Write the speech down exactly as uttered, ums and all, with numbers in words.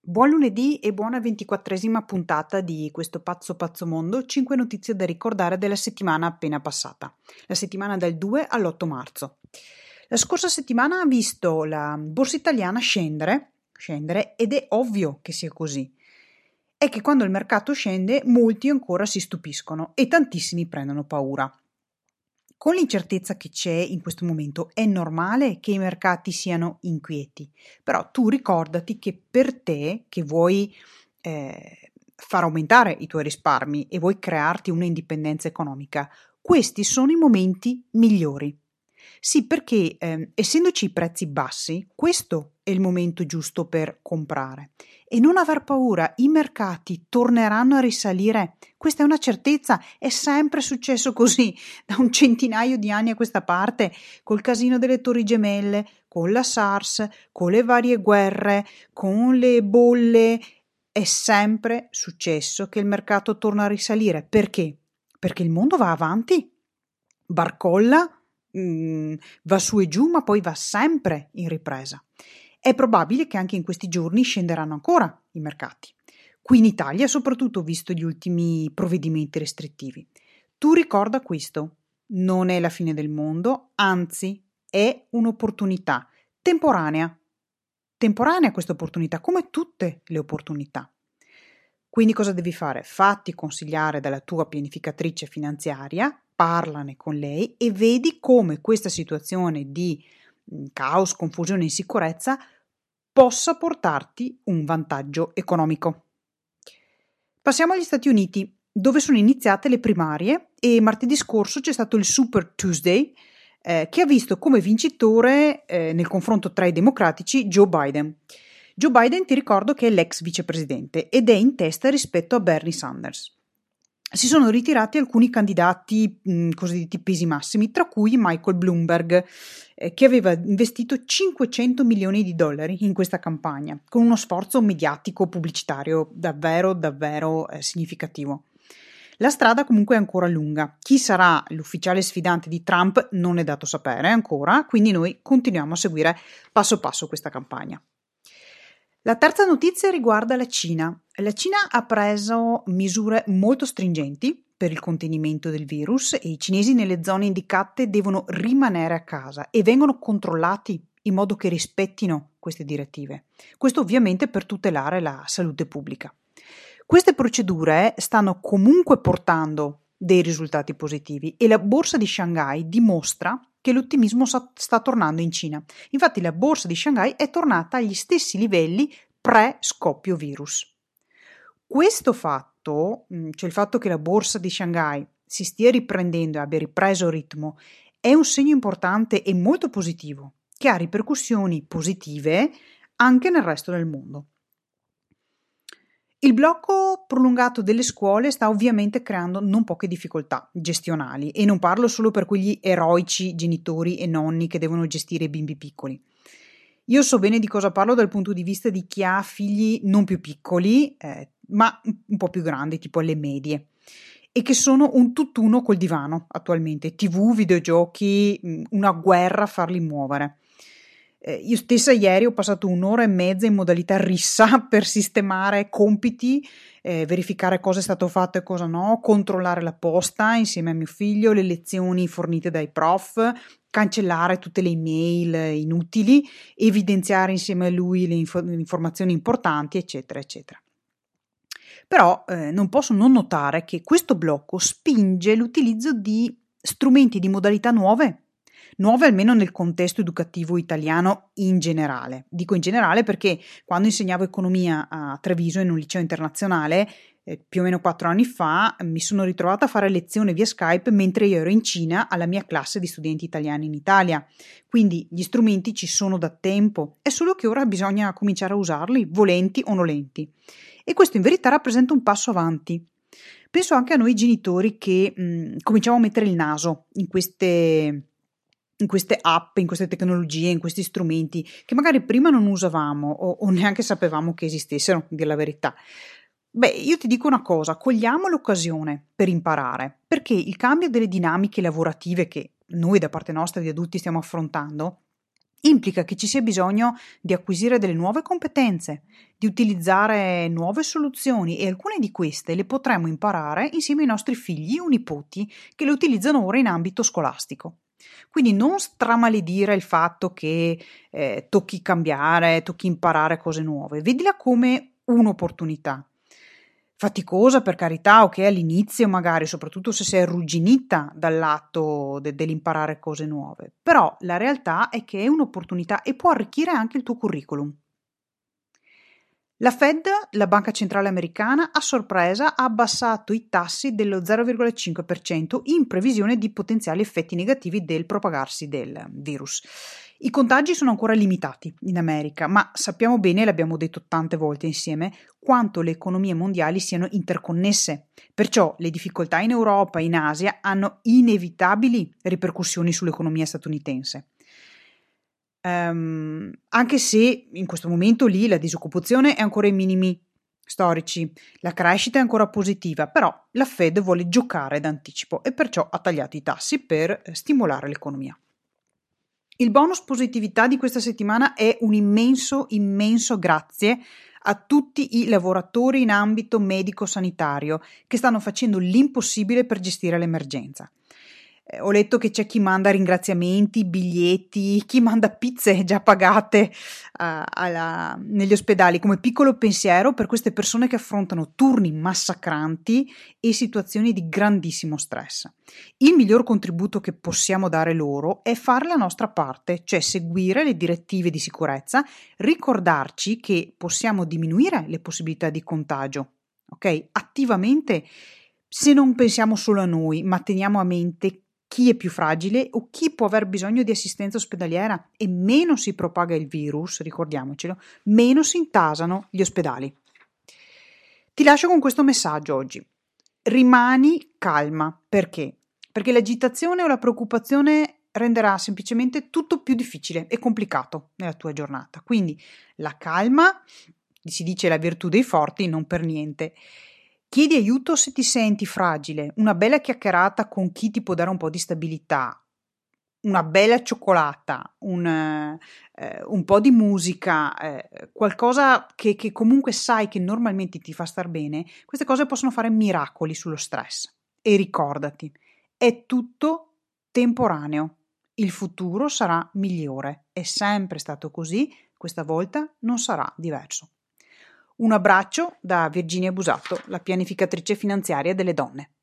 Buon lunedì e buona ventiquattresima puntata di questo pazzo pazzo mondo, cinque notizie da ricordare della settimana appena passata, la settimana dal due all'otto marzo. La scorsa settimana ha visto la borsa italiana scendere, scendere ed è ovvio che sia così. È che quando il mercato scende molti ancora si stupiscono e tantissimi prendono paura. Con l'incertezza che c'è in questo momento è normale che i mercati siano inquieti, però tu ricordati che per te che vuoi eh, far aumentare i tuoi risparmi e vuoi crearti una indipendenza economica, questi sono i momenti migliori. Sì, perché eh, essendoci i prezzi bassi, questo è il momento giusto per comprare. E non aver paura, i mercati torneranno a risalire. Questa è una certezza, è sempre successo così da un centinaio di anni a questa parte, col casino delle Torri Gemelle, con la SARS, con le varie guerre, con le bolle. È sempre successo che il mercato torna a risalire. Perché? Perché il mondo va avanti, barcolla, mh, va su e giù, ma poi va sempre in ripresa. È probabile che anche in questi giorni scenderanno ancora i mercati. Qui in Italia, soprattutto visto gli ultimi provvedimenti restrittivi. Tu ricorda questo, non è la fine del mondo, anzi è un'opportunità temporanea. Temporanea questa opportunità, come tutte le opportunità. Quindi cosa devi fare? Fatti consigliare dalla tua pianificatrice finanziaria, parlane con lei e vedi come questa situazione di caos, confusione e insicurezza possa portarti un vantaggio economico. Passiamo agli Stati Uniti, dove sono iniziate le primarie e martedì scorso c'è stato il Super Tuesday eh, che ha visto come vincitore eh, nel confronto tra i democratici Joe Biden. Joe Biden, ti ricordo che è l'ex vicepresidente ed è in testa rispetto a Bernie Sanders. Si sono ritirati alcuni candidati mh, cosiddetti pesi massimi, tra cui Michael Bloomberg, eh, che aveva investito cinquecento milioni di dollari in questa campagna, con uno sforzo mediatico pubblicitario davvero, davvero eh, significativo. La strada comunque è ancora lunga. Chi sarà l'ufficiale sfidante di Trump non è dato sapere ancora, quindi noi continuiamo a seguire passo passo questa campagna. La terza notizia riguarda la Cina. La Cina ha preso misure molto stringenti per il contenimento del virus e i cinesi nelle zone indicate devono rimanere a casa e vengono controllati in modo che rispettino queste direttive. Questo ovviamente per tutelare la salute pubblica. Queste procedure stanno comunque portando dei risultati positivi e la borsa di Shanghai dimostra che l'ottimismo sta tornando in Cina. Infatti la borsa di Shanghai è tornata agli stessi livelli pre-scoppio virus. Questo fatto, cioè il fatto che la borsa di Shanghai si stia riprendendo e abbia ripreso ritmo, è un segno importante e molto positivo, che ha ripercussioni positive anche nel resto del mondo. Il blocco prolungato delle scuole sta ovviamente creando non poche difficoltà gestionali e non parlo solo per quegli eroici genitori e nonni che devono gestire i bimbi piccoli. Io so bene di cosa parlo dal punto di vista di chi ha figli non più piccoli, eh, ma un po' più grandi, tipo alle medie, e che sono un tutt'uno col divano attualmente, tivù, videogiochi, una guerra a farli muovere. Eh, io stessa ieri ho passato un'ora e mezza in modalità rissa per sistemare compiti, eh, verificare cosa è stato fatto e cosa no, controllare la posta insieme a mio figlio, le lezioni fornite dai prof, cancellare tutte le email inutili, evidenziare insieme a lui le, inf- le informazioni importanti, eccetera, eccetera. Però eh, non posso non notare che questo blocco spinge l'utilizzo di strumenti di modalità nuove, nuove almeno nel contesto educativo italiano in generale. Dico in generale perché quando insegnavo economia a Treviso in un liceo internazionale, eh, più o meno quattro anni fa, mi sono ritrovata a fare lezione via Skype mentre io ero in Cina alla mia classe di studenti italiani in Italia. Quindi gli strumenti ci sono da tempo, è solo che ora bisogna cominciare a usarli, volenti o nolenti. E questo in verità rappresenta un passo avanti. Penso anche a noi genitori che mh, cominciamo a mettere il naso in queste in queste app, in queste tecnologie, in questi strumenti che magari prima non usavamo o, o neanche sapevamo che esistessero, a dire la verità. Beh, io ti dico una cosa, cogliamo l'occasione per imparare, perché il cambio delle dinamiche lavorative che noi da parte nostra di adulti stiamo affrontando Implica che ci sia bisogno di acquisire delle nuove competenze, di utilizzare nuove soluzioni e alcune di queste le potremo imparare insieme ai nostri figli o nipoti che le utilizzano ora in ambito scolastico. Quindi non stramaledire il fatto che eh, tocchi cambiare, tocchi imparare cose nuove, vedila come un'opportunità. Faticosa, per carità, ok, all'inizio magari, soprattutto se sei arrugginita dall'atto de- dell'imparare cose nuove, però la realtà è che è un'opportunità e può arricchire anche il tuo curriculum. La Fed, la Banca Centrale Americana, a sorpresa ha abbassato i tassi dello zero virgola cinque per cento in previsione di potenziali effetti negativi del propagarsi del virus. I contagi sono ancora limitati in America, ma sappiamo bene, l'abbiamo detto tante volte insieme, quanto le economie mondiali siano interconnesse. Perciò le difficoltà in Europa e in Asia hanno inevitabili ripercussioni sull'economia statunitense. Um, anche se in questo momento lì la disoccupazione è ancora ai minimi storici, la crescita è ancora positiva, però la Fed vuole giocare d'anticipo e perciò ha tagliato i tassi per stimolare l'economia. Il bonus positività di questa settimana è un immenso, immenso grazie a tutti i lavoratori in ambito medico-sanitario che stanno facendo l'impossibile per gestire l'emergenza. Eh, ho letto che c'è chi manda ringraziamenti, biglietti, chi manda pizze già pagate uh, alla, negli ospedali come piccolo pensiero per queste persone che affrontano turni massacranti e situazioni di grandissimo stress. Il miglior contributo che possiamo dare loro è fare la nostra parte, cioè seguire le direttive di sicurezza, ricordarci che possiamo diminuire le possibilità di contagio, ok? Attivamente, se non pensiamo solo a noi, ma teniamo a mente chi è più fragile o chi può aver bisogno di assistenza ospedaliera, e meno si propaga il virus, ricordiamocelo, meno si intasano gli ospedali. Ti lascio con questo messaggio oggi. Rimani calma. Perché? Perché l'agitazione o la preoccupazione renderà semplicemente tutto più difficile e complicato nella tua giornata. Quindi la calma, si dice la virtù dei forti, non per niente. Chiedi aiuto se ti senti fragile, una bella chiacchierata con chi ti può dare un po' di stabilità, una bella cioccolata, un, eh, un po' di musica, eh, qualcosa che, che comunque sai che normalmente ti fa star bene. Queste cose possono fare miracoli sullo stress. E ricordati, è tutto temporaneo. Il futuro sarà migliore. È sempre stato così, questa volta non sarà diverso. Un abbraccio da Virginia Busato, la pianificatrice finanziaria delle donne.